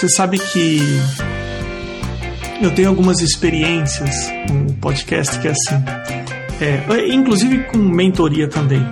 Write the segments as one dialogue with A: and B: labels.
A: Você sabe que eu tenho algumas experiências no podcast que é assim, inclusive com mentoria também.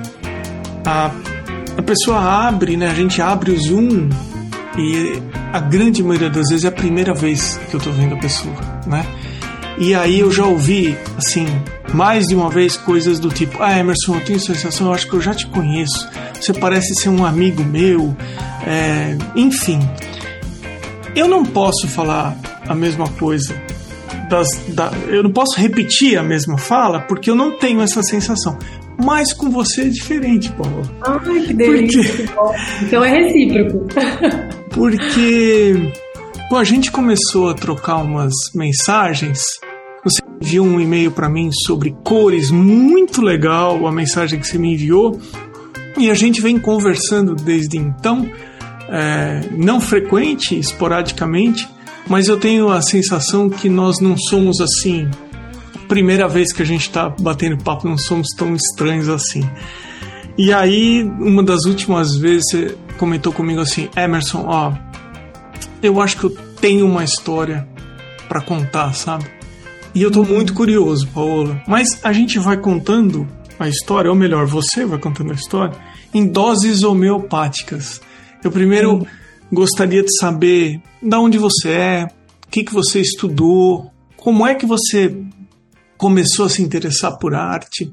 A: A pessoa abre, né? A gente abre o Zoom e a grande maioria das vezes é a primeira vez que eu tô vendo a pessoa, né? E aí eu já ouvi, assim, mais de uma vez coisas do tipo: Emerson, eu tenho sensação, eu acho que eu já te conheço, você parece ser um amigo meu, enfim. Eu não posso falar a mesma coisa, eu não posso repetir a mesma fala, porque eu não tenho essa sensação. Mas com você é diferente, Paulo.
B: Ai, que delícia. Então é recíproco.
A: Porque a gente começou a trocar umas mensagens. Você enviou um e-mail para mim sobre cores, muito legal a mensagem que você me enviou. E a gente vem conversando desde então, não frequente, esporadicamente, mas eu tenho a sensação que nós não somos assim. Primeira vez que a gente está batendo papo, não somos tão estranhos assim. E aí, uma das últimas vezes, você comentou comigo assim: Emerson, eu acho que eu tenho uma história para contar, sabe? E eu tô muito curioso, Paola. Mas a gente vai contando a história, ou melhor, você vai contando a história, em doses homeopáticas. Eu primeiro gostaria de saber de onde você é, o que você estudou, como é que você começou a se interessar por arte.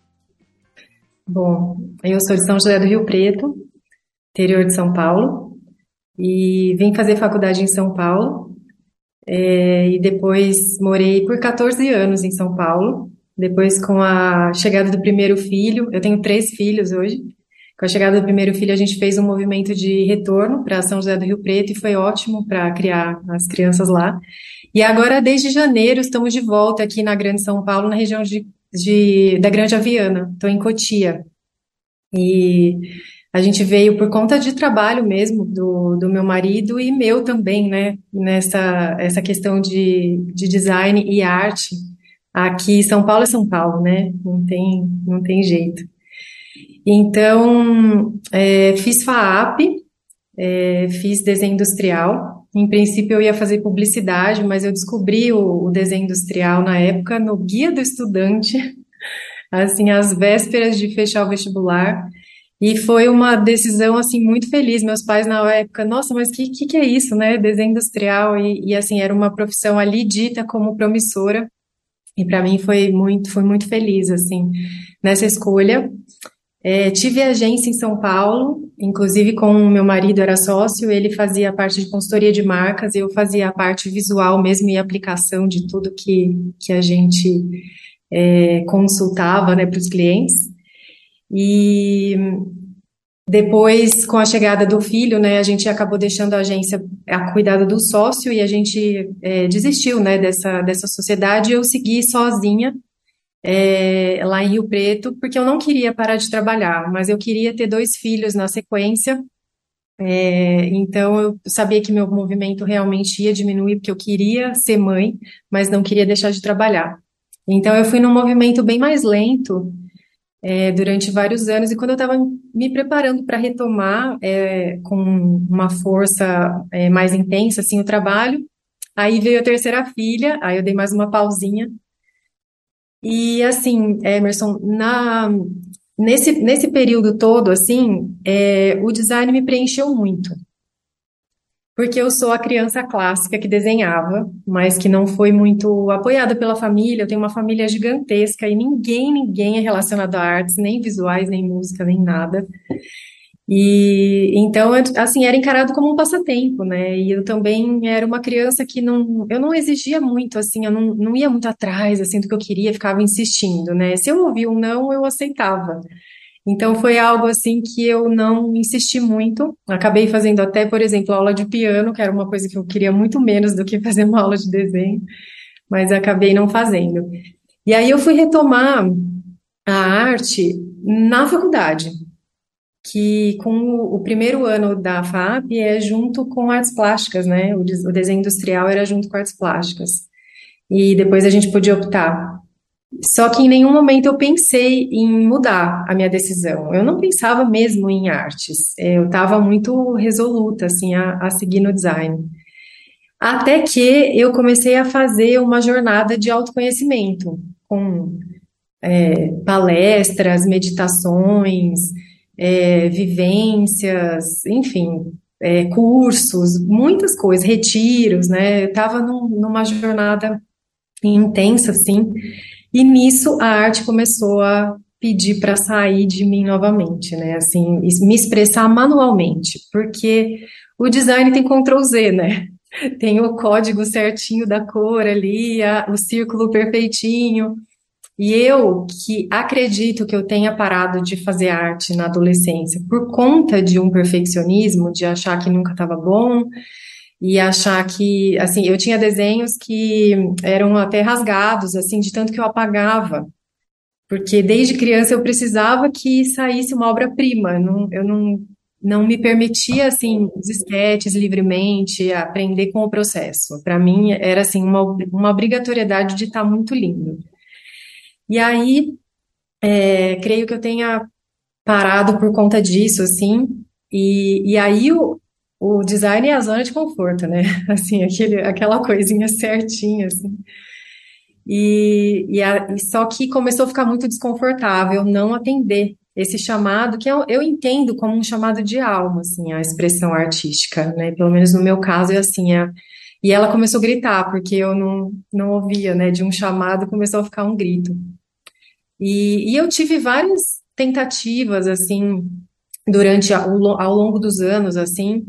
B: Bom, eu sou de São José do Rio Preto, interior de São Paulo, e vim fazer faculdade em São Paulo, e depois morei por 14 anos em São Paulo. Depois, com a chegada do primeiro filho, eu tenho 3 filhos hoje. Com a chegada do primeiro filho, a gente fez um movimento de retorno para São José do Rio Preto e foi ótimo para criar as crianças lá. E agora, desde janeiro, estamos de volta aqui na Grande São Paulo, na região da Grande Aviana. Estou em Cotia. E a gente veio por conta de trabalho mesmo do meu marido e meu também, né? Essa questão de design e arte. Aqui, São Paulo é São Paulo, né? Não tem jeito. Então, fiz FAAP, fiz desenho industrial. Em princípio, eu ia fazer publicidade, mas eu descobri o desenho industrial na época no Guia do Estudante, assim, às vésperas de fechar o vestibular. E foi uma decisão, assim, muito feliz. Meus pais, na época, nossa, mas que é isso, né? Desenho industrial. E, assim, era uma profissão ali dita como promissora. E para mim foi muito feliz, assim, nessa escolha. Tive agência em São Paulo, inclusive com o meu marido, era sócio, ele fazia a parte de consultoria de marcas, eu fazia a parte visual mesmo e aplicação de tudo que a gente consultava, né, para os clientes. E depois, com a chegada do filho, né, a gente acabou deixando a agência a cuidado do sócio e a gente desistiu, né, dessa sociedade. Eu segui sozinha, lá em Rio Preto, porque eu não queria parar de trabalhar, mas eu queria ter 2 filhos na sequência. Então eu sabia que meu movimento realmente ia diminuir, porque eu queria ser mãe, mas não queria deixar de trabalhar. Então eu fui num movimento bem mais lento, durante vários anos, e quando eu estava me preparando para retomar com uma força mais intensa, assim, o trabalho, aí veio a terceira filha, aí eu dei mais uma pausinha. E assim, Emerson, nesse período todo, assim, o design me preencheu muito. Porque eu sou a criança clássica que desenhava, mas que não foi muito apoiada pela família. Eu tenho uma família gigantesca e ninguém é relacionado a artes, nem visuais, nem música, nem nada. E então, assim, era encarado como um passatempo, né? E eu também era uma criança que eu não exigia muito, assim, eu não ia muito atrás, assim, do que eu queria, ficava insistindo, né? Se eu ouvia um não, eu aceitava. Então, foi algo, assim, que eu não insisti muito. Acabei fazendo até, por exemplo, aula de piano, que era uma coisa que eu queria muito menos do que fazer uma aula de desenho, mas acabei não fazendo. E aí eu fui retomar a arte na faculdade, que com o primeiro ano da FAP é junto com artes plásticas, né? O desenho industrial era junto com artes plásticas. E depois a gente podia optar. Só que em nenhum momento eu pensei em mudar a minha decisão. Eu não pensava mesmo em artes. Eu estava muito resoluta, assim, a seguir no design. Até que eu comecei a fazer uma jornada de autoconhecimento, com palestras, meditações, vivências, enfim, cursos, muitas coisas, retiros, né? Eu estava numa jornada intensa, assim, e nisso a arte começou a pedir para sair de mim novamente, né? Assim, me expressar manualmente, porque o design tem Ctrl Z, né? Tem o código certinho da cor ali, o círculo perfeitinho. E eu que acredito que eu tenha parado de fazer arte na adolescência por conta de um perfeccionismo, de achar que nunca estava bom e achar que, assim, eu tinha desenhos que eram até rasgados, assim, de tanto que eu apagava, porque desde criança eu precisava que saísse uma obra-prima, eu não me permitia, assim, os esquetes livremente, aprender com o processo. Para mim era, assim, uma obrigatoriedade de estar muito lindo. E aí, creio que eu tenha parado por conta disso, assim, e aí o design é a zona de conforto, né? Assim, aquela coisinha certinha, assim. E só que começou a ficar muito desconfortável não atender esse chamado, que eu entendo como um chamado de alma, assim, a expressão artística, né? Pelo menos no meu caso é assim, e ela começou a gritar, porque eu não ouvia, né? De um chamado começou a ficar um grito. E eu tive várias tentativas, assim, ao longo dos anos, assim,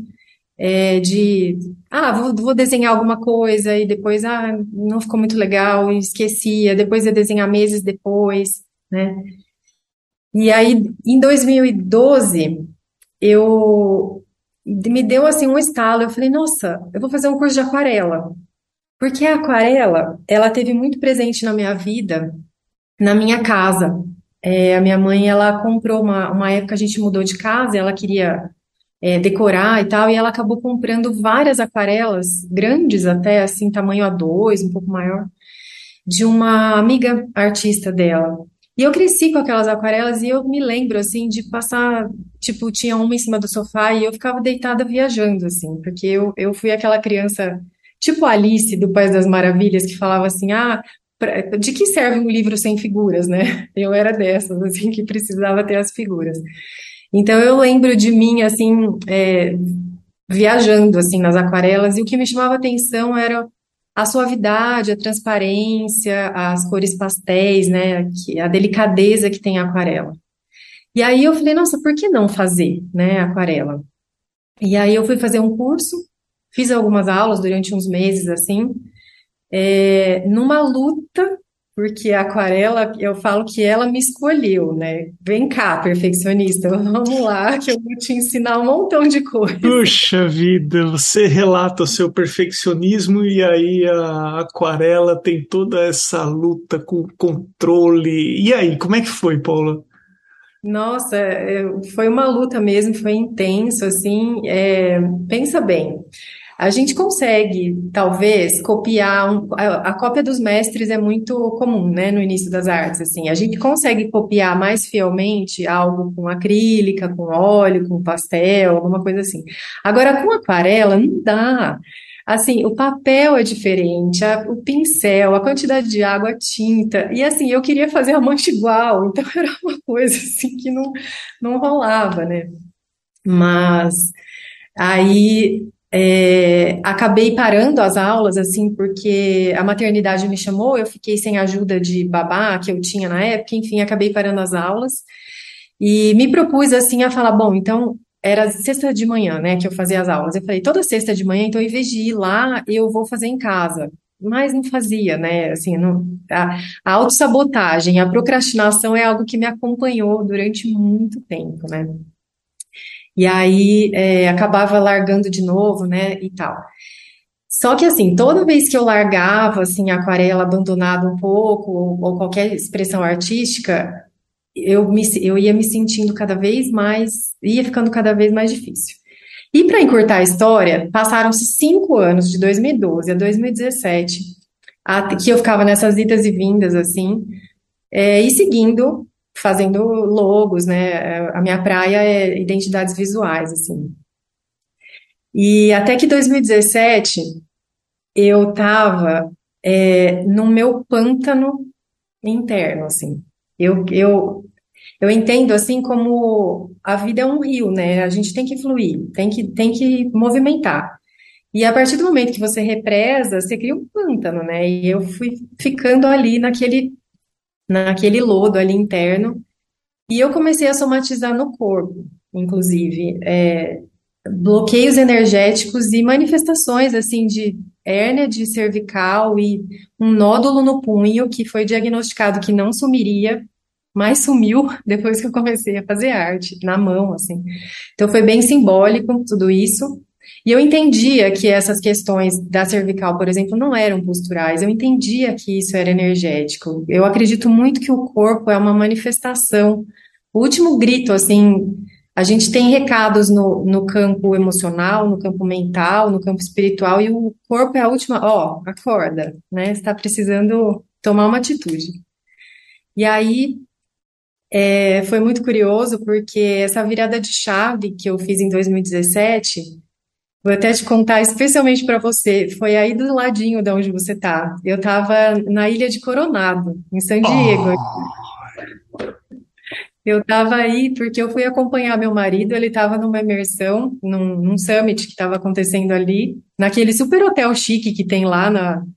B: vou desenhar alguma coisa e depois, não ficou muito legal, e esquecia, depois ia desenhar meses depois, né? E aí, em 2012, me deu, assim, um estalo, eu falei, nossa, eu vou fazer um curso de aquarela, porque a aquarela, ela teve muito presente na minha vida, na minha casa. A minha mãe, ela comprou uma época a gente mudou de casa, ela queria decorar e tal, e ela acabou comprando várias aquarelas, grandes até, assim, tamanho A2, um pouco maior, de uma amiga artista dela. E eu cresci com aquelas aquarelas e eu me lembro, assim, de passar, tipo, tinha uma em cima do sofá e eu ficava deitada viajando, assim, porque eu fui aquela criança, tipo a Alice do País das Maravilhas, que falava assim, de que serve um livro sem figuras, né? Eu era dessas, assim, que precisava ter as figuras. Então eu lembro de mim, assim, viajando, assim, nas aquarelas, e o que me chamava atenção era a suavidade, a transparência, as cores pastéis, né, a delicadeza que tem a aquarela. E aí eu falei, nossa, por que não fazer, né, aquarela? E aí eu fui fazer um curso, fiz algumas aulas durante uns meses, assim, numa luta, porque a aquarela, eu falo que ela me escolheu, né? Vem cá, perfeccionista, vamos lá, que eu vou te ensinar um montão de coisa.
A: Puxa vida, você relata o seu perfeccionismo e aí a aquarela tem toda essa luta com o controle. E aí, como é que foi, Paula?
B: Nossa, foi uma luta mesmo, foi intenso, assim, pensa bem. A gente consegue, talvez, copiar a cópia dos mestres é muito comum, né, no início das artes, assim. A gente consegue copiar mais fielmente algo com acrílica, com óleo, com pastel, alguma coisa assim. Agora, com aquarela, não dá. Assim, o papel é diferente, o pincel, a quantidade de água, a tinta. E assim, eu queria fazer a mancha igual, então era uma coisa assim que não rolava, né? Mas aí acabei parando as aulas, assim, porque a maternidade me chamou, eu fiquei sem ajuda de babá que eu tinha na época, enfim, acabei parando as aulas e me propus, assim, a falar, bom, então, era sexta de manhã, né, que eu fazia as aulas. Eu falei, toda sexta de manhã, então, em vez de ir lá, eu vou fazer em casa. Mas não fazia, né, assim, a autossabotagem, a procrastinação é algo que me acompanhou durante muito tempo, né. E aí acabava largando de novo, né, e tal. Só que assim, toda vez que eu largava assim a aquarela abandonada um pouco ou qualquer expressão artística, eu ia me sentindo cada vez mais, ia ficando cada vez mais difícil. E para encurtar a história, passaram-se 5 anos, de 2012 a 2017, que eu ficava nessas idas e vindas assim, e seguindo, fazendo logos, né? A minha praia é identidades visuais, assim. E até que 2017 eu tava no meu pântano interno, assim. Eu, eu, eu entendo, assim, como a vida é um rio, né? A gente tem que fluir, tem que movimentar. E a partir do momento que você represa, você cria um pântano, né? E eu fui ficando ali naquele lodo ali interno. E eu comecei a somatizar no corpo, inclusive, bloqueios energéticos e manifestações assim de hérnia de cervical e um nódulo no punho que foi diagnosticado que não sumiria, mas sumiu depois que eu comecei a fazer arte na mão, assim. Então foi bem simbólico tudo isso. E eu entendia que essas questões da cervical, por exemplo, não eram posturais. Eu entendia que isso era energético. Eu acredito muito que o corpo é uma manifestação. O último grito, assim, a gente tem recados no campo emocional, no campo mental, no campo espiritual, e o corpo é a última, ó, acorda, né? Você está precisando tomar uma atitude. E aí foi muito curioso, porque essa virada de chave que eu fiz em 2017, vou até te contar especialmente para você, foi aí do ladinho de onde você tá. Eu estava na ilha de Coronado, em San Diego.
A: Oh,
B: Eu estava aí porque eu fui acompanhar meu marido, ele estava numa imersão, num summit que estava acontecendo ali, naquele super hotel chique que tem lá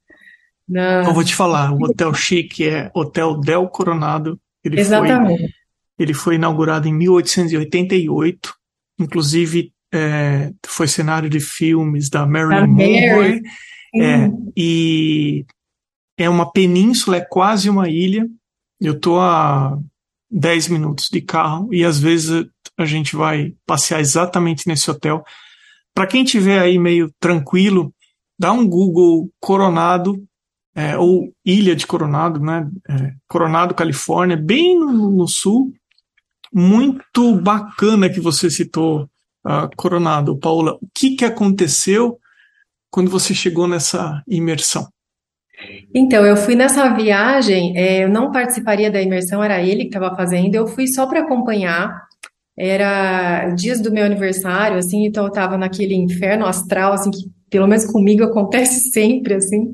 A: eu vou
B: na...
A: te falar, o Hotel Chic é Hotel Del Coronado.
B: Exatamente.
A: Ele foi inaugurado em 1888. Inclusive, foi cenário de filmes da
B: A
A: Marilyn
B: Mary,
A: Monroe.
B: sim.
A: E é uma península, é quase uma ilha. Eu tô a 10 minutos de carro e às vezes a gente vai passear exatamente nesse hotel. Para quem tiver aí meio tranquilo, dá um Google Coronado, ou Ilha de Coronado, né? Coronado, Califórnia, bem no sul. Muito bacana que você citou Coronado, Paula. O que que aconteceu quando você chegou nessa imersão?
B: Então, eu fui nessa viagem, eu não participaria da imersão, era ele que estava fazendo, eu fui só para acompanhar. Era dias do meu aniversário, assim, então eu tava naquele inferno astral, assim, que pelo menos comigo acontece sempre, assim.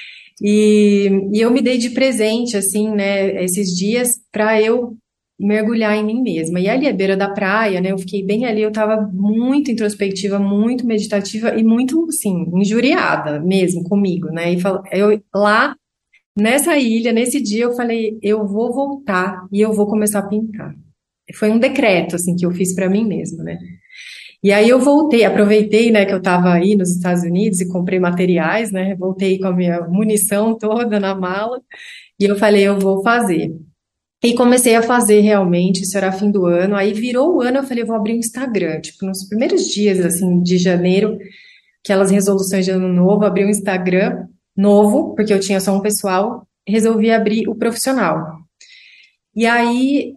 B: E eu me dei de presente, assim, né, esses dias para eu mergulhar em mim mesma. E ali à beira da praia, né, eu fiquei bem ali, eu tava muito introspectiva, muito meditativa e muito, assim, injuriada mesmo comigo, né? E eu lá nessa ilha, nesse dia, eu falei, eu vou voltar e eu vou começar a pintar. Foi um decreto, assim, que eu fiz para mim mesma, né? E aí eu voltei, aproveitei, né, que eu estava aí nos Estados Unidos e comprei materiais, né? Voltei com a minha munição toda na mala e eu falei, eu vou fazer. E comecei a fazer realmente, isso era fim do ano. Aí virou o ano, eu falei, eu vou abrir um Instagram. Tipo, nos primeiros dias, assim, de janeiro, aquelas resoluções de ano novo, abri um Instagram novo, porque eu tinha só um pessoal, resolvi abrir o profissional. E aí,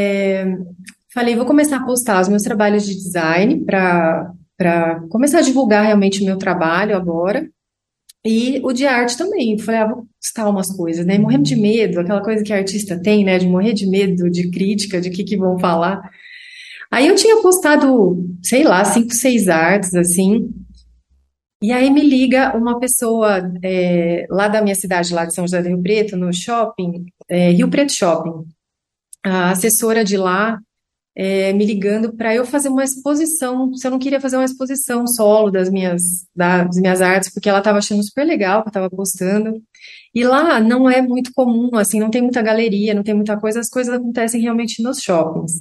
B: falei, vou começar a postar os meus trabalhos de design para começar a divulgar realmente o meu trabalho agora. E o de arte também. Falei, vou postar umas coisas, né? Morrendo de medo, aquela coisa que artista tem, né? De morrer de medo de crítica, de que vão falar. Aí eu tinha postado, sei lá, 5, 6 artes, assim. E aí me liga uma pessoa lá da minha cidade, lá de São José do Rio Preto, no shopping, Rio Preto Shopping. A assessora de lá me ligando para eu fazer uma exposição, se eu não queria fazer uma exposição solo das minhas artes, porque ela estava achando super legal que eu estava postando. E lá não é muito comum, assim, não tem muita galeria, não tem muita coisa, as coisas acontecem realmente nos shoppings.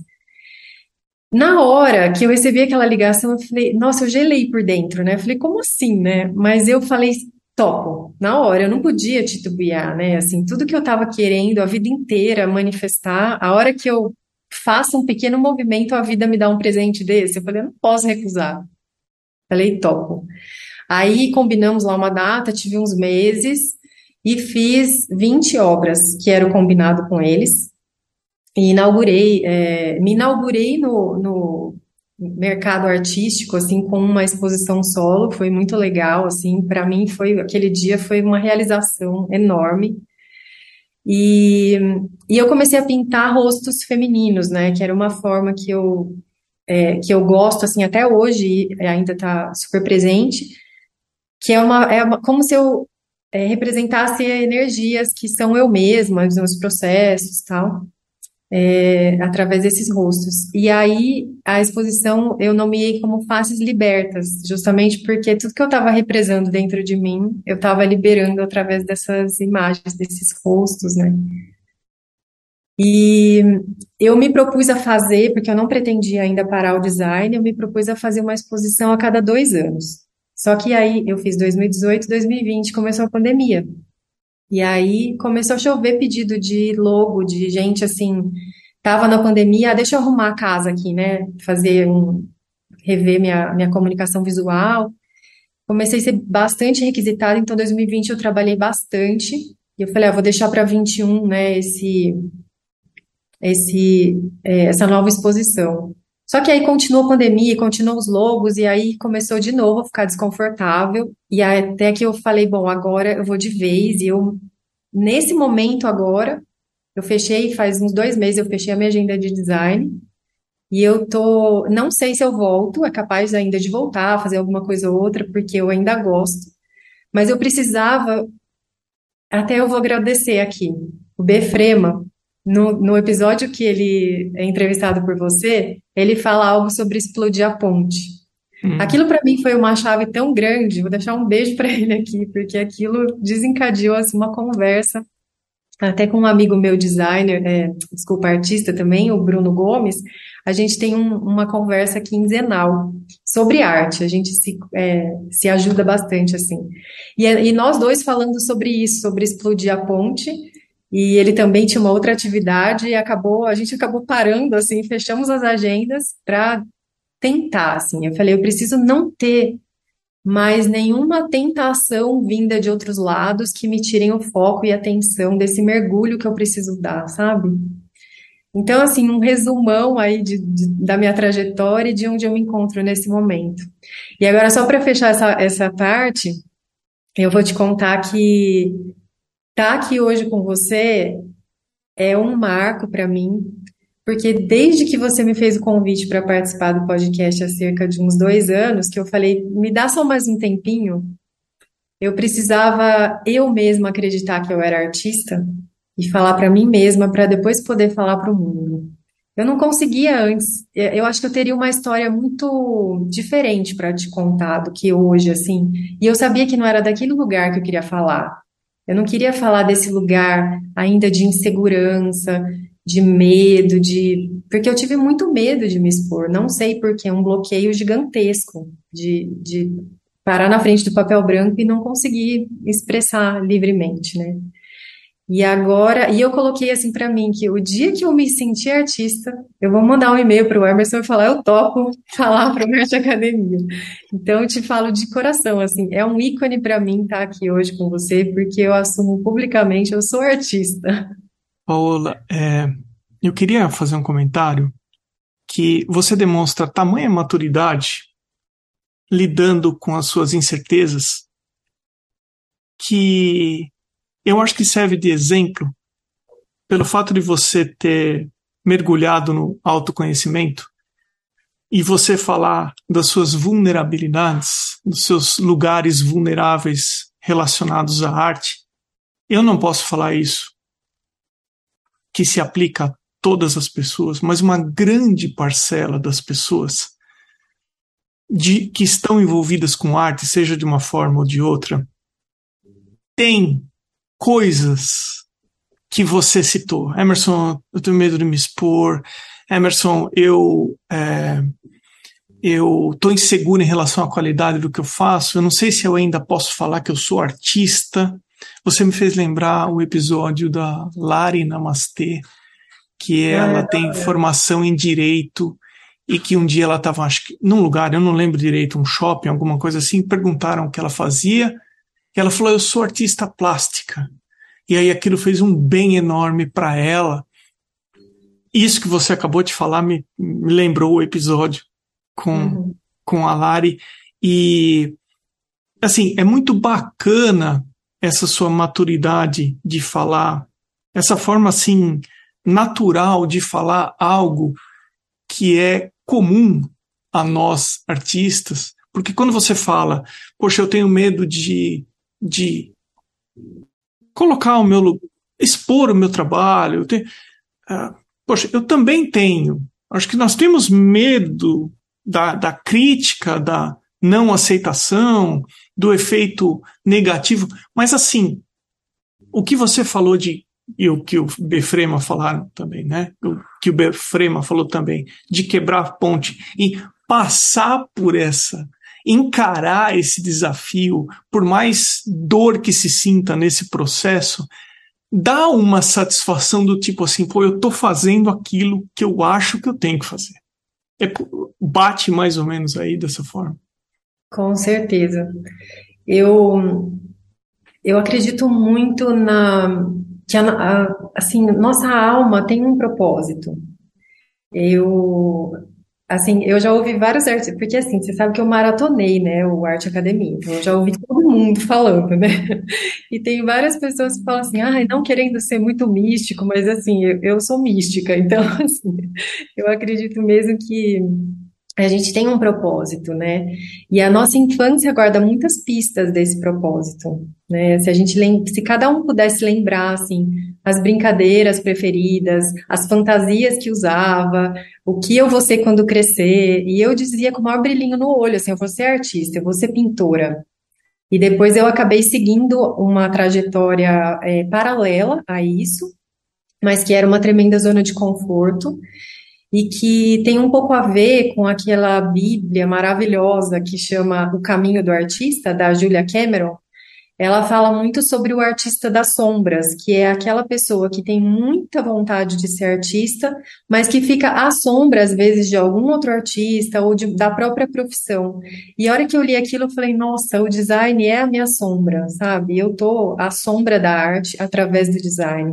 B: Na hora que eu recebi aquela ligação, eu falei, nossa, eu gelei por dentro, né? Eu falei, como assim, né? Mas eu falei, topo, na hora, eu não podia titubear, né? Assim, tudo que eu estava querendo a vida inteira manifestar, a hora que eu faço um pequeno movimento, a vida me dá um presente desse. Eu falei, eu não posso recusar. Falei, topo. Aí combinamos lá uma data, tive uns meses e fiz 20 obras, que era o combinado com eles. E me inaugurei no mercado artístico, assim, com uma exposição solo, foi muito legal, assim, para mim aquele dia foi uma realização enorme. E, e eu comecei a pintar rostos femininos, né, que era uma forma que eu gosto, assim, até hoje, e ainda está super presente, que como se eu representasse energias que são eu mesma, os meus processos, tal, através desses rostos. E aí a exposição eu nomeei como Faces Libertas, justamente porque tudo que eu estava represando dentro de mim, eu estava liberando através dessas imagens, desses rostos, né? E eu me propus a fazer, porque eu não pretendia ainda parar o design, eu me propus a fazer uma exposição a cada 2 anos. Só que aí eu fiz 2018, 2020, começou a pandemia. E aí começou a chover pedido de logo, de gente assim, tava na pandemia, deixa eu arrumar a casa aqui, né? Rever minha comunicação visual. Comecei a ser bastante requisitada, então 2020 eu trabalhei bastante. E eu falei, vou deixar para 21, né, essa nova exposição. Só que aí continuou a pandemia, continuou os logos, e aí começou de novo a ficar desconfortável. E até que eu falei, bom, agora eu vou de vez, nesse momento agora, eu fechei, faz uns 2 meses, eu fechei a minha agenda de design, e não sei se eu volto, é capaz ainda de voltar, fazer alguma coisa ou outra, porque eu ainda gosto, mas eu precisava, até eu vou agradecer aqui, o Befrema, no episódio que ele é entrevistado por você, ele fala algo sobre explodir a ponte.
A: Hum.
B: Aquilo para mim foi uma chave tão grande, vou deixar um beijo para ele aqui, porque aquilo desencadeou assim, uma conversa até com um amigo meu designer, desculpa, artista também, o Bruno Gomes, a gente tem uma conversa quinzenal sobre arte, a gente se ajuda bastante, assim. E nós dois falando sobre isso, sobre explodir a ponte, e ele também tinha uma outra atividade, e a gente acabou parando, assim, fechamos as agendas para tentar, assim. Eu falei, eu preciso não ter mas nenhuma tentação vinda de outros lados que me tirem o foco e a atenção desse mergulho que eu preciso dar, sabe? Então, assim, um resumão aí da minha trajetória e de onde eu me encontro nesse momento. E agora, só para fechar essa parte, eu vou te contar que estar aqui hoje com você é um marco para mim, porque desde que você me fez o convite para participar do podcast há cerca de uns 2 anos, que eu falei, me dá só mais um tempinho. Eu precisava eu mesma acreditar que eu era artista e falar para mim mesma para depois poder falar para o mundo. Eu não conseguia antes. Eu acho que eu teria uma história muito diferente para te contar do que hoje, assim. E eu sabia que não era daquele lugar que eu queria falar. Eu não queria falar desse lugar ainda de insegurança, de medo, porque eu tive muito medo de me expor. Não sei por quê, um bloqueio gigantesco de parar na frente do papel branco e não conseguir expressar livremente, né? E eu coloquei assim pra mim que o dia que eu me sentir artista, eu vou mandar um e-mail pro Emerson e falar, eu topo falar pro Arte Academia. Então eu te falo de coração, assim, é um ícone pra mim estar aqui hoje com você, porque eu assumo publicamente, eu sou artista.
A: Paola, eu queria fazer um comentário que você demonstra tamanha maturidade lidando com as suas incertezas que eu acho que serve de exemplo pelo fato de você ter mergulhado no autoconhecimento e você falar das suas vulnerabilidades, dos seus lugares vulneráveis relacionados à arte. Eu não posso falar isso que se aplica a todas as pessoas, mas uma grande parcela das pessoas que estão envolvidas com arte, seja de uma forma ou de outra, tem coisas que você citou. Emerson, eu tenho medo de me expor. Emerson, eu estou inseguro em relação à qualidade do que eu faço. Eu não sei se eu ainda posso falar que eu sou artista. Você me fez lembrar o episódio da Lari Namastê, que ela tem formação em direito e que um dia ela estava, acho que, num lugar, eu não lembro direito, um shopping, alguma coisa assim, perguntaram o que ela fazia, e ela falou, eu sou artista plástica. E aí aquilo fez um bem enorme para ela. Isso que você acabou de falar me lembrou o episódio com a Lari. E, assim, é muito bacana essa sua maturidade de falar, essa forma, assim, natural de falar algo que é comum a nós artistas, Porque quando você fala, poxa, eu tenho medo de colocar expor o meu trabalho, poxa, eu também tenho. Acho que nós temos medo da crítica, da não aceitação, do efeito negativo, mas assim, o que você falou e o que o Befrema falaram também, né? O que o Befrema falou também, de quebrar a ponte e passar por encarar esse desafio, por mais dor que se sinta nesse processo, dá uma satisfação do tipo assim, pô, eu tô fazendo aquilo que eu acho que eu tenho que fazer. Bate mais ou menos aí dessa forma.
B: Com certeza. Eu acredito muito que assim, nossa alma tem um propósito. Eu, assim, eu já ouvi vários artistas, porque assim, você sabe que eu maratonei, né, o Arte Academia, então eu já ouvi todo mundo falando, né? E tem várias pessoas que falam assim, não querendo ser muito místico, mas assim, eu sou mística, então assim, eu acredito mesmo que a gente tem um propósito, né? E a nossa infância guarda muitas pistas desse propósito, né? Se cada um pudesse lembrar, assim, as brincadeiras preferidas, as fantasias que usava, o que eu vou ser quando crescer, e eu dizia com o maior brilhinho no olho, assim, eu vou ser artista, eu vou ser pintora. E depois eu acabei seguindo uma trajetória, paralela a isso, mas que era uma tremenda zona de conforto, e que tem um pouco a ver com aquela Bíblia maravilhosa que chama O Caminho do Artista, da Julia Cameron. Ela fala muito sobre o artista das sombras, que é aquela pessoa que tem muita vontade de ser artista, mas que fica à sombra, às vezes, de algum outro artista ou da própria profissão. E a hora que eu li aquilo, eu falei, nossa, o design é a minha sombra, sabe? Eu tô à sombra da arte através do design.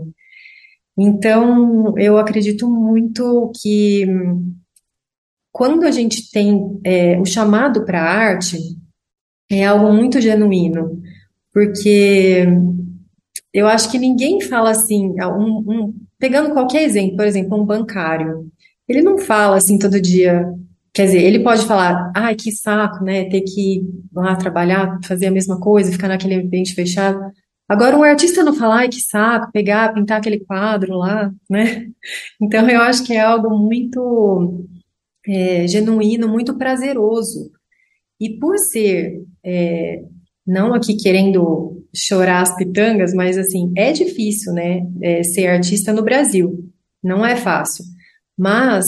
B: Então, eu acredito muito que quando a gente tem o chamado para a arte, é algo muito genuíno, porque eu acho que ninguém fala assim, pegando qualquer exemplo, por exemplo, um bancário, ele não fala assim todo dia, quer dizer, ele pode falar, ai, que saco, né, ter que ir lá trabalhar, fazer a mesma coisa, ficar naquele ambiente fechado. Agora, um artista não fala, ai, que saco, pegar, pintar aquele quadro lá, né? Então, eu acho que é algo muito genuíno, muito prazeroso. E por ser, não aqui querendo chorar as pitangas, mas assim, é difícil, né, ser artista no Brasil. Não é fácil. Mas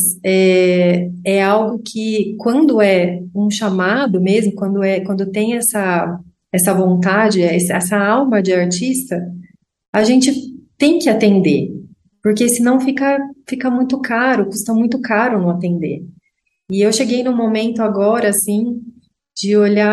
B: é algo que, quando é um chamado mesmo, quando tem essa vontade, essa alma de artista, a gente tem que atender, porque senão fica muito caro, custa muito caro não atender. E eu cheguei num momento agora, assim, de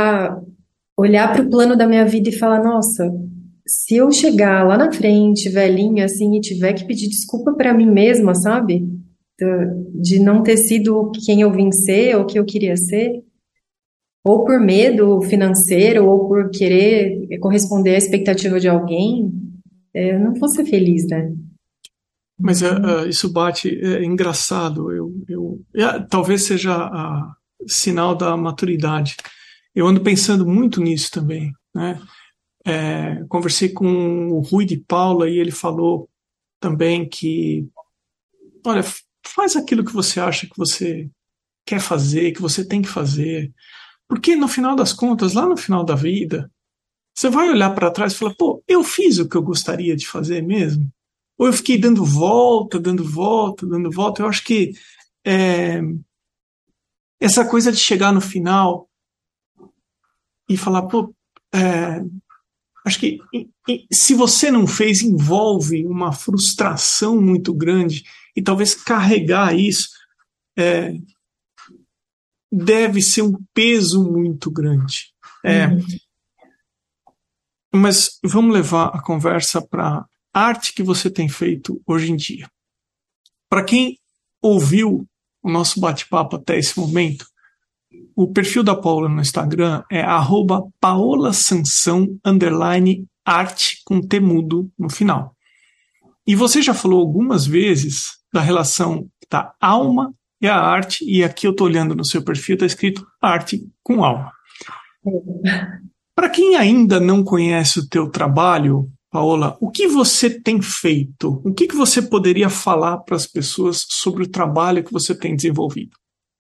B: olhar para o plano da minha vida e falar, nossa, se eu chegar lá na frente, velhinha, assim, e tiver que pedir desculpa para mim mesma, sabe? De não ter sido quem eu vim ser ou que eu queria ser, ou por medo financeiro, ou por querer corresponder à expectativa de alguém, eu não vou ser feliz, né?
A: Mas isso bate, é engraçado. Talvez seja sinal da maturidade. Eu ando pensando muito nisso também, né? Conversei com o Rui de Paula e ele falou também que, olha, faz aquilo que você acha que você quer fazer, que você tem que fazer, porque no final das contas, lá no final da vida, você vai olhar para trás e falar, pô, eu fiz o que eu gostaria de fazer mesmo? Ou eu fiquei dando volta, dando volta, dando volta? Eu acho que essa coisa de chegar no final e falar, pô, acho que se você não fez, envolve uma frustração muito grande e talvez carregar isso deve ser um peso muito grande. Mas vamos levar a conversa para a arte que você tem feito hoje em dia. Para quem ouviu o nosso bate-papo até esse momento, o perfil da Paola no Instagram é @paolasansão_arte com temudo no final. E você já falou algumas vezes da relação da alma e a arte, e aqui eu estou olhando no seu perfil, está escrito arte com alma. Para quem ainda não conhece o teu trabalho, Paola, o que você tem feito? O que você poderia falar para as pessoas sobre o trabalho que você tem desenvolvido?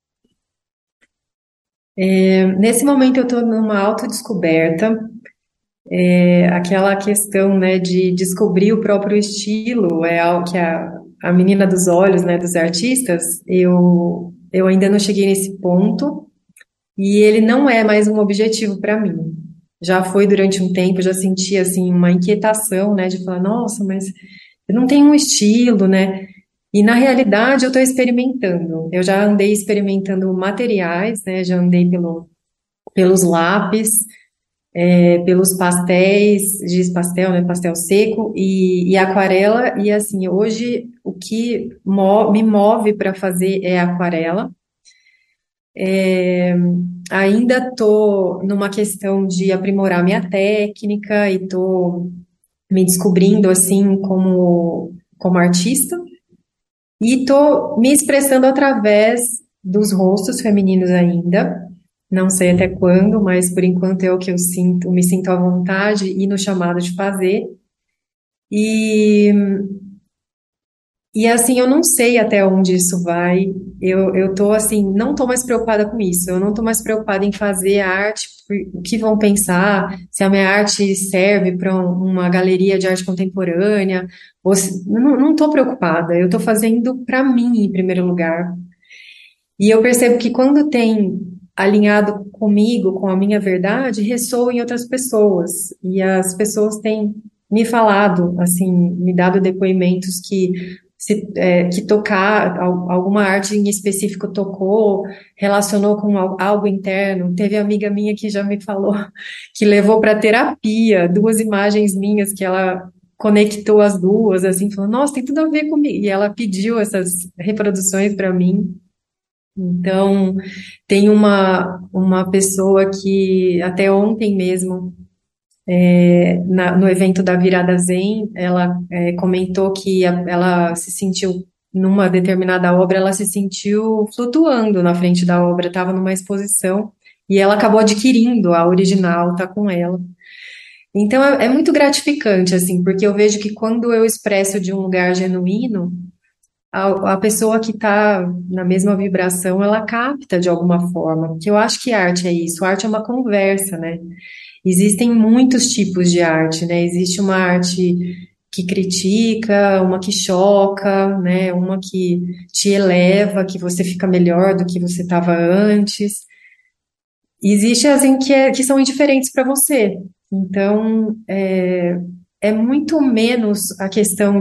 B: Nesse momento eu estou numa autodescoberta, aquela questão, né, de descobrir o próprio estilo, é algo que a menina dos olhos, né, dos artistas, eu ainda não cheguei nesse ponto, e ele não é mais um objetivo para mim. Já foi durante um tempo, já senti, assim, uma inquietação, né, de falar, nossa, mas eu não tenho um estilo, né, e na realidade eu estou experimentando, eu já andei experimentando materiais, né, já andei pelos lápis, pelos pastéis, giz pastel, né, pastel seco e aquarela. E assim, hoje o que me move para fazer é aquarela. Ainda estou numa questão de aprimorar minha técnica e estou me descobrindo assim como artista e estou me expressando através dos rostos femininos ainda. Não sei até quando, mas por enquanto é o que eu sinto, me sinto à vontade e no chamado de fazer. E, e assim, eu não sei até onde isso vai. Eu tô assim, não tô mais preocupada com isso. Eu não tô mais preocupada em fazer a arte, o que vão pensar, se a minha arte serve para uma galeria de arte contemporânea, ou se, não tô preocupada. Eu tô fazendo para mim em primeiro lugar. E eu percebo que quando tem alinhado comigo, com a minha verdade, ressoa em outras pessoas. E as pessoas têm me falado, assim, me dado depoimentos que tocar, alguma arte em específico tocou, relacionou com algo interno. Teve amiga minha que já me falou que levou para terapia duas imagens minhas que ela conectou as duas, assim, falou, nossa, tem tudo a ver comigo. E ela pediu essas reproduções para mim. Então, tem uma pessoa que até ontem mesmo, no evento da Virada Zen, ela comentou que ela se sentiu, numa determinada obra, ela se sentiu flutuando na frente da obra, estava numa exposição, e ela acabou adquirindo a original, tá com ela. Então, é muito gratificante, assim, porque eu vejo que quando eu expresso de um lugar genuíno, a pessoa que está na mesma vibração, ela capta de alguma forma, porque eu acho que arte é isso, arte é uma conversa, né? Existem muitos tipos de arte, né? Existe uma arte que critica, uma que choca, né? Uma que te eleva, que você fica melhor do que você estava antes. E existe as que são indiferentes para você. Então, é muito menos a questão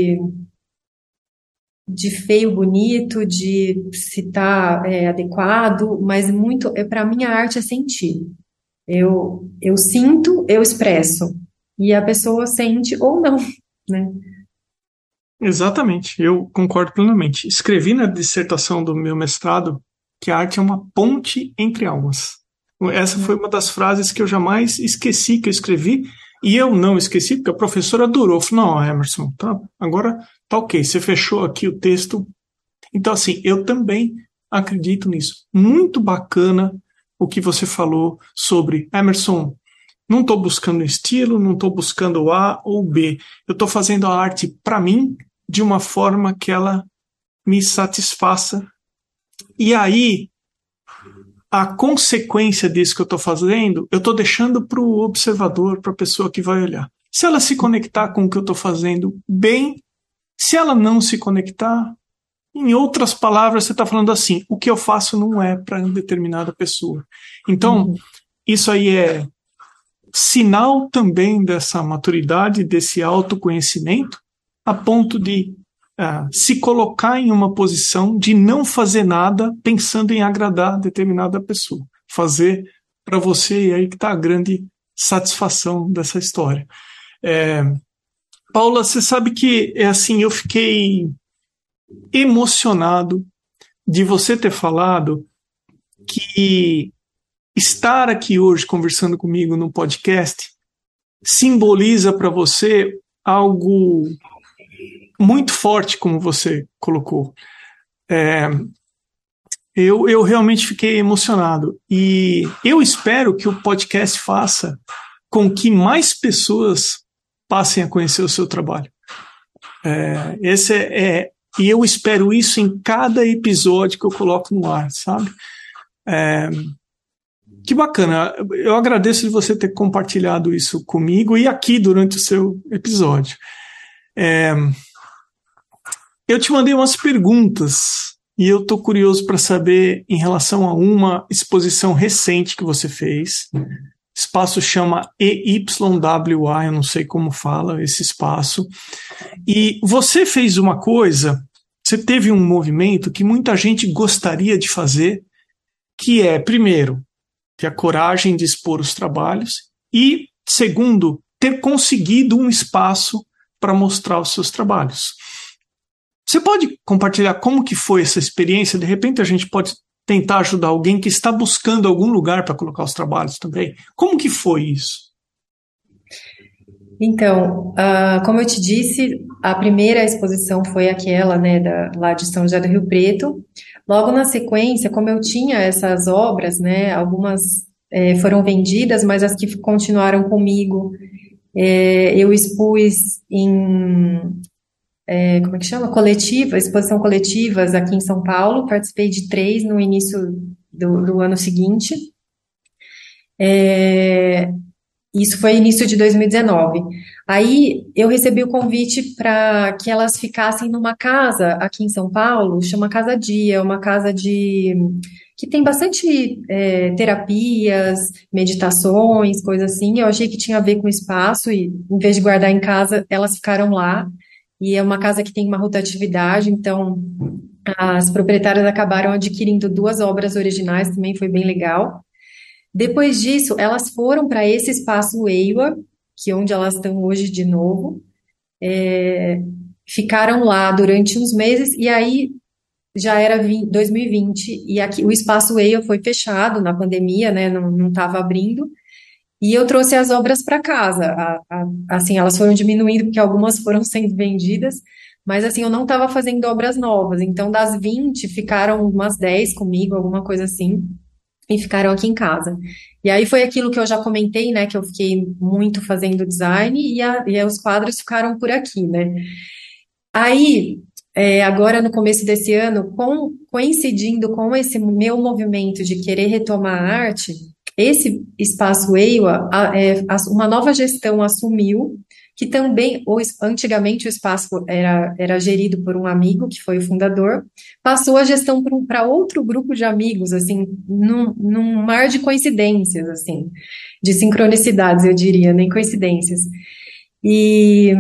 B: de feio, bonito, de se tá adequado, mas muito, para mim a arte é sentir. Eu sinto, eu expresso. E a pessoa sente ou não, né?
A: Exatamente, eu concordo plenamente. Escrevi na dissertação do meu mestrado que a arte é uma ponte entre almas. Essa foi uma das frases que eu jamais esqueci que eu escrevi, e eu não esqueci, porque a professora adorou. Falou, não, Emerson, tá, agora tá ok, você fechou aqui o texto. Então, assim, eu também acredito nisso. Muito bacana o que você falou sobre Emerson. Não estou buscando estilo, não estou buscando A ou B. Eu estou fazendo a arte para mim de uma forma que ela me satisfaça. E aí, a consequência disso que eu estou fazendo, eu estou deixando para o observador, para a pessoa que vai olhar. Se ela se conectar com o que eu estou fazendo, bem. Se ela não se conectar, em outras palavras, você está falando assim: o que eu faço não é para determinada pessoa. Então, isso aí é sinal também dessa maturidade, desse autoconhecimento, a ponto de se colocar em uma posição de não fazer nada pensando em agradar determinada pessoa. Fazer para você, e aí que está a grande satisfação dessa história. Paula, você sabe que assim, eu fiquei emocionado de você ter falado que estar aqui hoje conversando comigo no podcast simboliza para você algo muito forte, como você colocou. Eu realmente fiquei emocionado. E eu espero que o podcast faça com que mais pessoas passem a conhecer o seu trabalho. E eu espero isso em cada episódio que eu coloco no ar, sabe? Que bacana. Eu agradeço de você ter compartilhado isso comigo e aqui durante o seu episódio. Eu te mandei umas perguntas e eu estou curioso para saber em relação a uma exposição recente que você fez. O espaço chama EYWA, eu não sei como fala esse espaço. E você fez uma coisa, você teve um movimento que muita gente gostaria de fazer, que é, primeiro, ter a coragem de expor os trabalhos e, segundo, ter conseguido um espaço para mostrar os seus trabalhos. Você pode compartilhar como que foi essa experiência? De repente a gente pode tentar ajudar alguém que está buscando algum lugar para colocar os trabalhos também. Como que foi isso?
B: Então, como eu te disse, a primeira exposição foi aquela, né, lá de São José do Rio Preto. Logo na sequência, como eu tinha essas obras, né, algumas foram vendidas, mas as que continuaram comigo, eu expus em, como é que chama? Exposição coletivas aqui em São Paulo. Participei de 3 no início do ano seguinte. Isso foi início de 2019. Aí eu recebi o convite para que elas ficassem numa casa aqui em São Paulo, chama Casa Dia, uma casa que tem bastante terapias, meditações, coisas assim. Eu achei que tinha a ver com o espaço e, em vez de guardar em casa, elas ficaram lá. E é uma casa que tem uma rotatividade, então as proprietárias acabaram adquirindo 2 obras originais, também foi bem legal. Depois disso, elas foram para esse espaço EIWA, que é onde elas estão hoje de novo, ficaram lá durante uns meses, e aí já era 2020, e aqui o espaço EIWA foi fechado na pandemia, né, não estava abrindo, e eu trouxe as obras para casa. Assim, elas foram diminuindo, porque algumas foram sendo vendidas, mas assim, eu não estava fazendo obras novas, então das 20, ficaram umas 10 comigo, alguma coisa assim, e ficaram aqui em casa. E aí foi aquilo que eu já comentei, né, que eu fiquei muito fazendo design e os quadros ficaram por aqui, né. Aí, agora no começo desse ano, coincidindo com esse meu movimento de querer retomar a arte, esse espaço EIWA, uma nova gestão assumiu, que também, antigamente o espaço era gerido por um amigo, que foi o fundador, passou a gestão para outro grupo de amigos, assim, num mar de coincidências, assim, de sincronicidades, eu diria, nem coincidências. E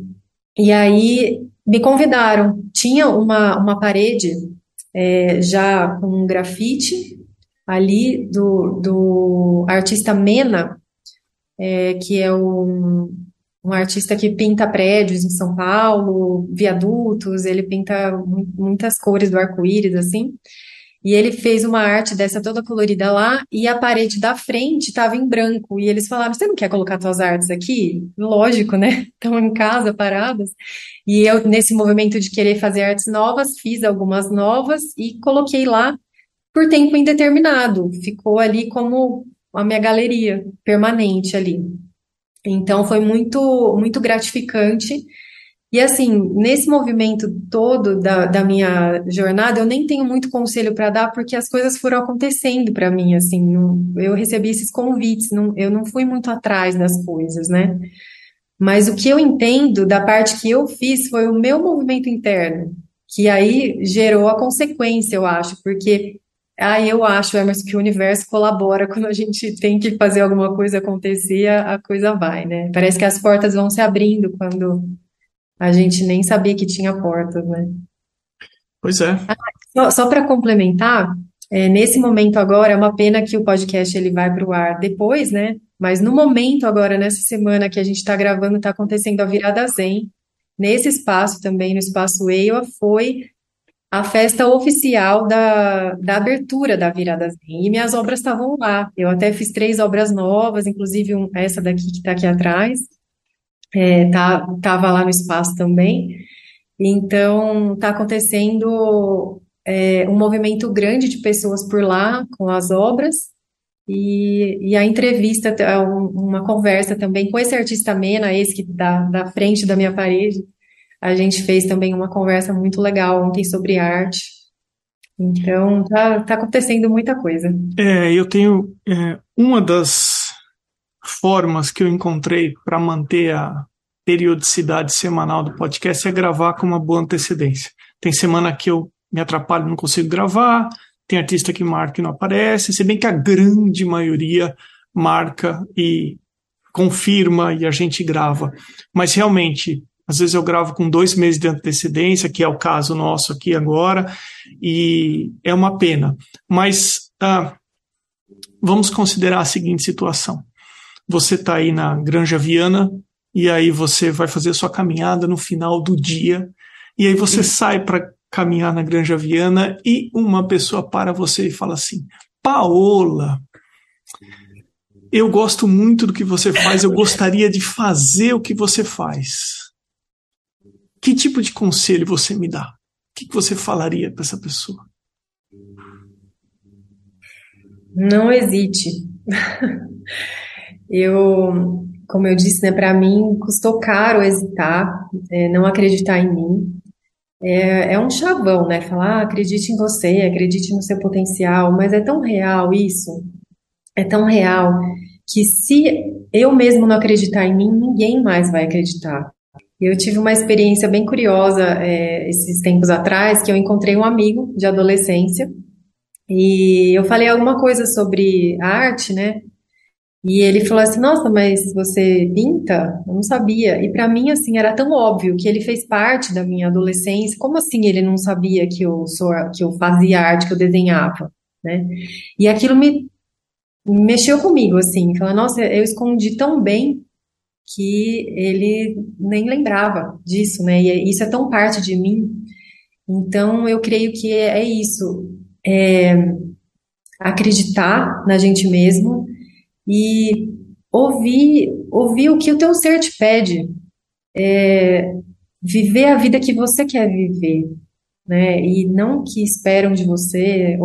B: aí me convidaram. Tinha uma parede já com um grafite ali do artista Mena, que é um artista que pinta prédios em São Paulo, viadutos, ele pinta muitas cores do arco-íris, assim. E ele fez uma arte dessa toda colorida lá, e a parede da frente estava em branco. E eles falaram: você não quer colocar suas artes aqui? Lógico, né? Estão em casa, paradas. E eu, nesse movimento de querer fazer artes novas, fiz algumas novas e coloquei lá por tempo indeterminado. Ficou ali como a minha galeria permanente ali. Então foi muito, muito gratificante. E assim, nesse movimento todo da minha jornada, eu nem tenho muito conselho para dar, porque as coisas foram acontecendo para mim, assim, eu recebi esses convites, eu não fui muito atrás das coisas, né? Mas o que eu entendo da parte que eu fiz foi o meu movimento interno, que aí gerou a consequência, eu acho, porque aí eu acho, Emerson, que o universo colabora quando a gente tem que fazer alguma coisa acontecer, a coisa vai, né? Parece que as portas vão se abrindo quando a gente nem sabia que tinha portas, né?
A: Pois é.
B: Só para complementar, nesse momento agora, é uma pena que o podcast ele vai para o ar depois, né? Mas no momento agora, nessa semana que a gente está gravando, está acontecendo a Virada Zen. Nesse espaço também, no Espaço EIWA, foi a festa oficial da abertura da Virada Zen. E minhas obras estavam lá. Eu até fiz 3 obras novas, inclusive essa daqui que está aqui atrás. Tava lá no espaço também. Então, está acontecendo um movimento grande de pessoas por lá com as obras e a entrevista, uma conversa também com esse artista Mena, esse que da frente da minha parede. A gente fez também uma conversa muito legal ontem sobre arte. Então, tá acontecendo muita coisa.
A: Eu tenho uma das formas que eu encontrei para manter a periodicidade semanal do podcast é gravar com uma boa antecedência. Tem semana que eu me atrapalho, não consigo gravar, tem artista que marca e não aparece, se bem que a grande maioria marca e confirma e a gente grava. Mas realmente, às vezes eu gravo com 2 meses de antecedência, que é o caso nosso aqui agora, e é uma pena. Mas vamos considerar a seguinte situação. Você está aí na Granja Viana, e aí você vai fazer a sua caminhada no final do dia, e aí você sai para caminhar na Granja Viana e uma pessoa para você e fala assim: Paola, eu gosto muito do que você faz, eu gostaria de fazer o que você faz. Que tipo de conselho você me dá? O que você falaria para essa pessoa?
B: Não hesite. Como eu disse, né, para mim custou caro hesitar, não acreditar em mim. É um chavão, né? Falar, acredite em você, acredite no seu potencial, mas é tão real isso, é tão real que se eu mesmo não acreditar em mim, ninguém mais vai acreditar. Eu tive uma experiência bem curiosa, esses tempos atrás, que eu encontrei um amigo de adolescência e eu falei alguma coisa sobre arte, né? E ele falou assim: Nossa, mas você pinta? Eu não sabia. E para mim, assim, era tão óbvio que ele fez parte da minha adolescência. Como assim ele não sabia que eu fazia arte, que eu desenhava, né? E aquilo me mexeu comigo, assim. Falei: Nossa, eu escondi tão bem que ele nem lembrava disso, né? E isso é tão parte de mim. Então, eu creio que é isso. Acreditar na gente mesmo e ouvir o que o teu ser te pede, viver a vida que você quer viver, né? E não o que esperam de você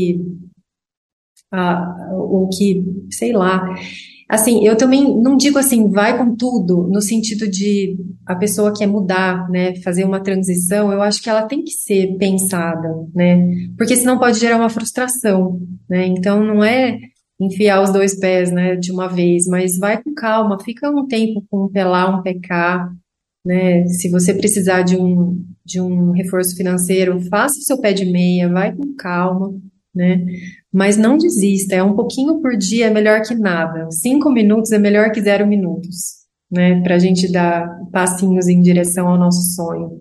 B: ou que, sei lá. Assim, eu também não digo assim, vai com tudo, no sentido de a pessoa quer mudar, né? Fazer uma transição, eu acho que ela tem que ser pensada, né? Porque senão pode gerar uma frustração, né? Então não é enfiar os 2 pés, né, de uma vez, mas vai com calma, fica um tempo com um pé lá, um pé cá, né? Se você precisar de um reforço financeiro, faça o seu pé de meia, vai com calma, né? Mas não desista, é um pouquinho por dia é melhor que nada. 5 minutos é melhor que 0 minutos, né? Para a gente dar passinhos em direção ao nosso sonho.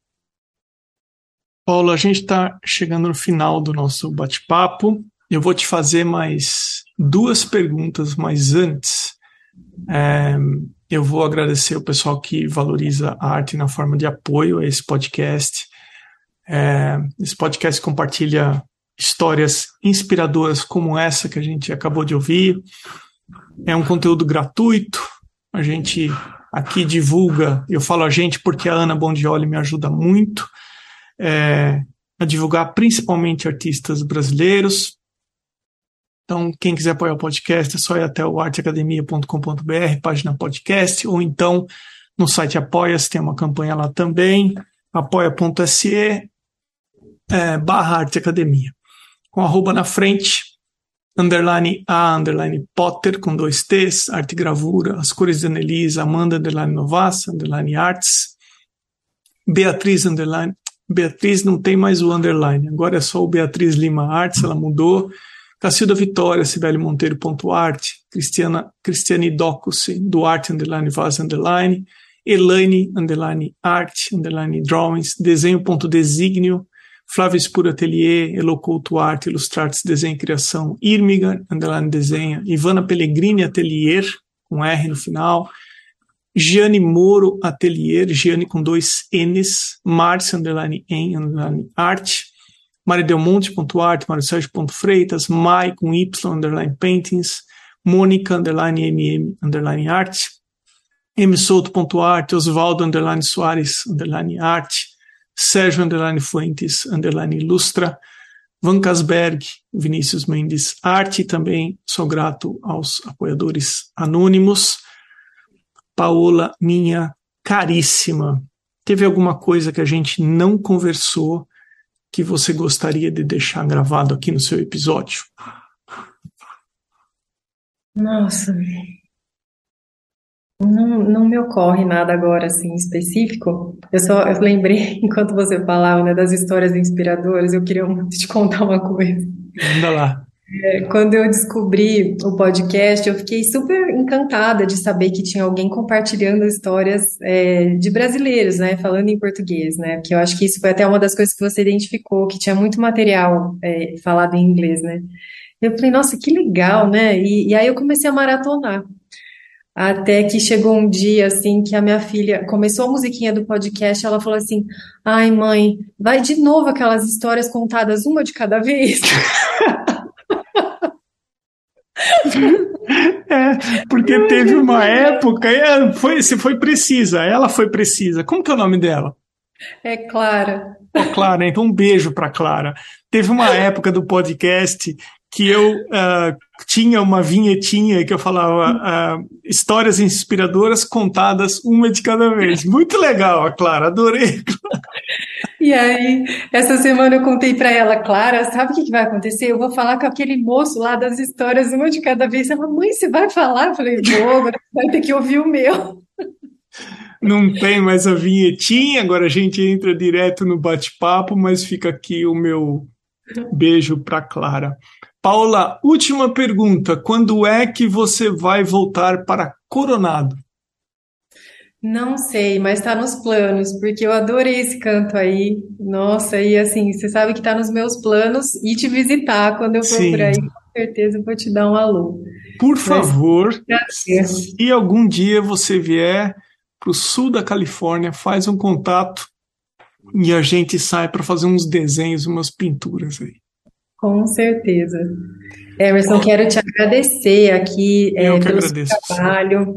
A: Paulo, a gente está chegando no final do nosso bate-papo. Eu vou te fazer mais 2 perguntas, mas antes eu vou agradecer o pessoal que valoriza a arte na forma de apoio a esse podcast. Esse podcast compartilha histórias inspiradoras como essa que a gente acabou de ouvir. É um conteúdo gratuito. A gente aqui divulga, eu falo a gente porque a Ana Bondioli me ajuda muito a divulgar principalmente artistas brasileiros. Então, quem quiser apoiar o podcast é só ir até o arteacademia.com.br, página podcast, ou então no site Apoia-se, tem uma campanha lá também, apoia.se /arteacademia. Com arroba na frente, _a_Potter, com 2 T's, arte e gravura, as cores de Annelise, Amanda _Novassa, _arts, Beatriz não tem mais o underline, agora é só o Beatriz Lima Arts, ela mudou. Cacilda Vitória, Cibele Monteiro.art, Cristiane Docus, Duarte _Vaz _, Elaine _art _drawings, desenho.designio, Flávio Espuro Atelier, Elocouto Arte, Ilustrates Desenho e Criação, Irmiga _desenha, Ivana Pellegrini Atelier, com R no final, Giane Moro Atelier, Giane com 2 N's, Márcia _em arte, maridelmonte.art, mariosergio.freitas, Mai com Y _paintings, Mônica _mm _arte, msouto.art, Osvaldo _soares _arte, Sérgio Fuentes Lustra, Van Casberg, Vinícius Mendes Arte, também sou grato aos apoiadores anônimos. Paola, minha caríssima, teve alguma coisa que a gente não conversou que você gostaria de deixar gravado aqui no seu episódio?
B: Nossa, não me ocorre nada agora assim específico. Eu lembrei, enquanto você falava, né, das histórias inspiradoras, eu queria muito te contar uma coisa.
A: Anda lá.
B: Quando eu descobri o podcast, eu fiquei super encantada de saber que tinha alguém compartilhando histórias de brasileiros, né, falando em português, né, porque eu acho que isso foi até uma das coisas que você identificou, que tinha muito material falado em inglês, né. Eu falei, nossa, que legal, né, e aí eu comecei a maratonar. Até que chegou um dia, assim, que a minha filha começou a musiquinha do podcast, ela falou assim, ai, mãe, vai de novo aquelas histórias contadas uma de cada vez?
A: Porque teve uma época, você foi precisa, ela foi precisa. Como que é o nome dela?
B: É Clara.
A: Clara, então um beijo para Clara. Teve uma época do podcast que eu tinha uma vinhetinha que eu falava histórias inspiradoras contadas uma de cada vez. Muito legal, a Clara, adorei.
B: E aí, essa semana eu contei para ela, Clara, sabe o que vai acontecer? Eu vou falar com aquele moço lá das histórias uma de cada vez. Ela, mãe, você vai falar? Eu falei, vou, agora você vai ter que ouvir o meu.
A: Não tem mais a vinhetinha, agora a gente entra direto no bate-papo, mas fica aqui o meu beijo para Clara. Paola, última pergunta. Quando é que você vai voltar para Coronado?
B: Não sei, mas está nos planos, porque eu adorei esse canto aí. Nossa, e assim, você sabe que está nos meus planos ir te visitar quando eu for por aí, com certeza eu vou te dar um alô.
A: Por favor,
B: se
A: se algum dia você vier para o sul da Califórnia, faz um contato e a gente sai para fazer uns desenhos, umas pinturas aí.
B: Com certeza. Emerson, quero te agradecer aqui pelo seu trabalho.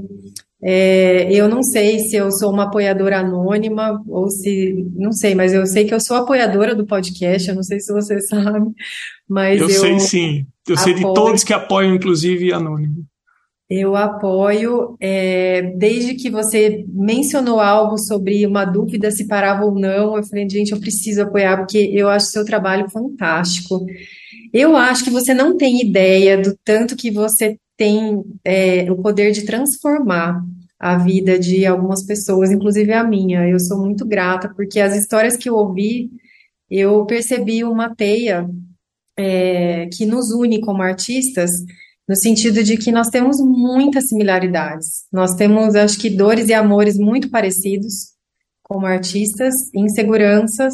B: Eu não sei se eu sou uma apoiadora anônima ou se... Não sei, mas eu sei que eu sou apoiadora do podcast, eu não sei se você sabe, mas
A: eu sei sim. Eu sei de todos que apoiam, inclusive, anônimo.
B: Eu apoio, desde que você mencionou algo sobre uma dúvida se parava ou não, eu falei, gente, eu preciso apoiar, porque eu acho o seu trabalho fantástico. Eu acho que você não tem ideia do tanto que você tem o poder de transformar a vida de algumas pessoas, inclusive a minha. Eu sou muito grata, porque as histórias que eu ouvi, eu percebi uma teia que nos une como artistas, no sentido de que nós temos muitas similaridades. Nós temos, acho que, dores e amores muito parecidos como artistas, inseguranças,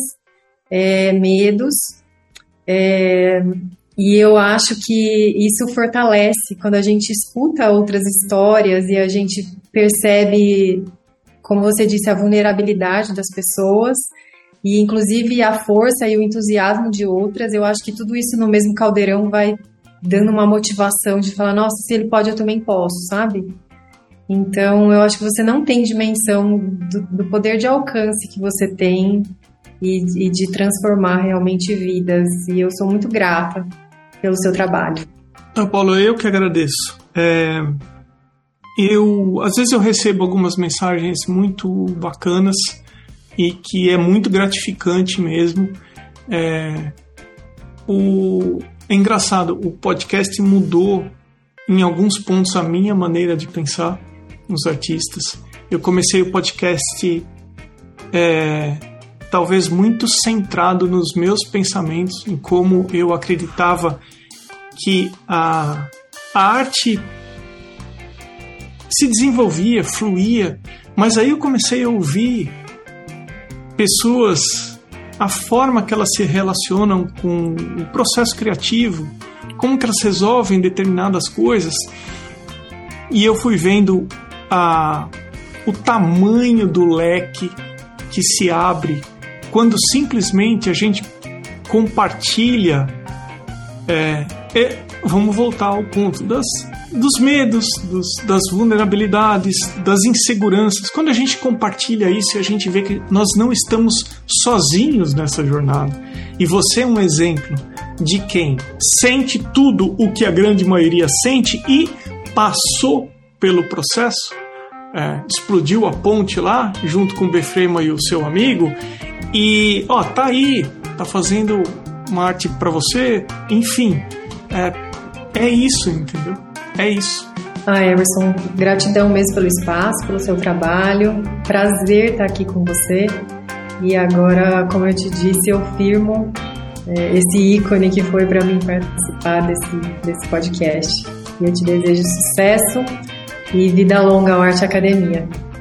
B: medos, e eu acho que isso fortalece quando a gente escuta outras histórias e a gente percebe, como você disse, a vulnerabilidade das pessoas e, inclusive, a força e o entusiasmo de outras. Eu acho que tudo isso no mesmo caldeirão vai dando uma motivação de falar, nossa, se ele pode, eu também posso, sabe? Então, eu acho que você não tem dimensão do poder de alcance que você tem e de transformar realmente vidas. E eu sou muito grata pelo seu trabalho.
A: Paulo, eu que agradeço. Às vezes eu recebo algumas mensagens muito bacanas e que é muito gratificante mesmo. É engraçado, o podcast mudou em alguns pontos a minha maneira de pensar nos artistas. Eu comecei o podcast talvez muito centrado nos meus pensamentos, em como eu acreditava que a arte se desenvolvia, fluía, mas aí eu comecei a ouvir pessoas, a forma que elas se relacionam com o processo criativo, como que elas resolvem determinadas coisas, e eu fui vendo o tamanho do leque que se abre quando simplesmente a gente compartilha. Vamos voltar ao ponto dos medos, das vulnerabilidades, das inseguranças. Quando a gente compartilha isso, a gente vê que nós não estamos sozinhos nessa jornada. E você é um exemplo de quem sente tudo o que a grande maioria sente e passou pelo processo, explodiu a ponte lá, junto com o Befrema e o seu amigo, e tá aí, tá fazendo uma arte para você, enfim, é isso, entendeu? É isso.
B: Emerson, gratidão mesmo pelo espaço, pelo seu trabalho, prazer estar aqui com você, e agora, como eu te disse, eu firmo esse ícone que foi para mim participar desse podcast. E eu te desejo sucesso e vida longa ao Arte Academia.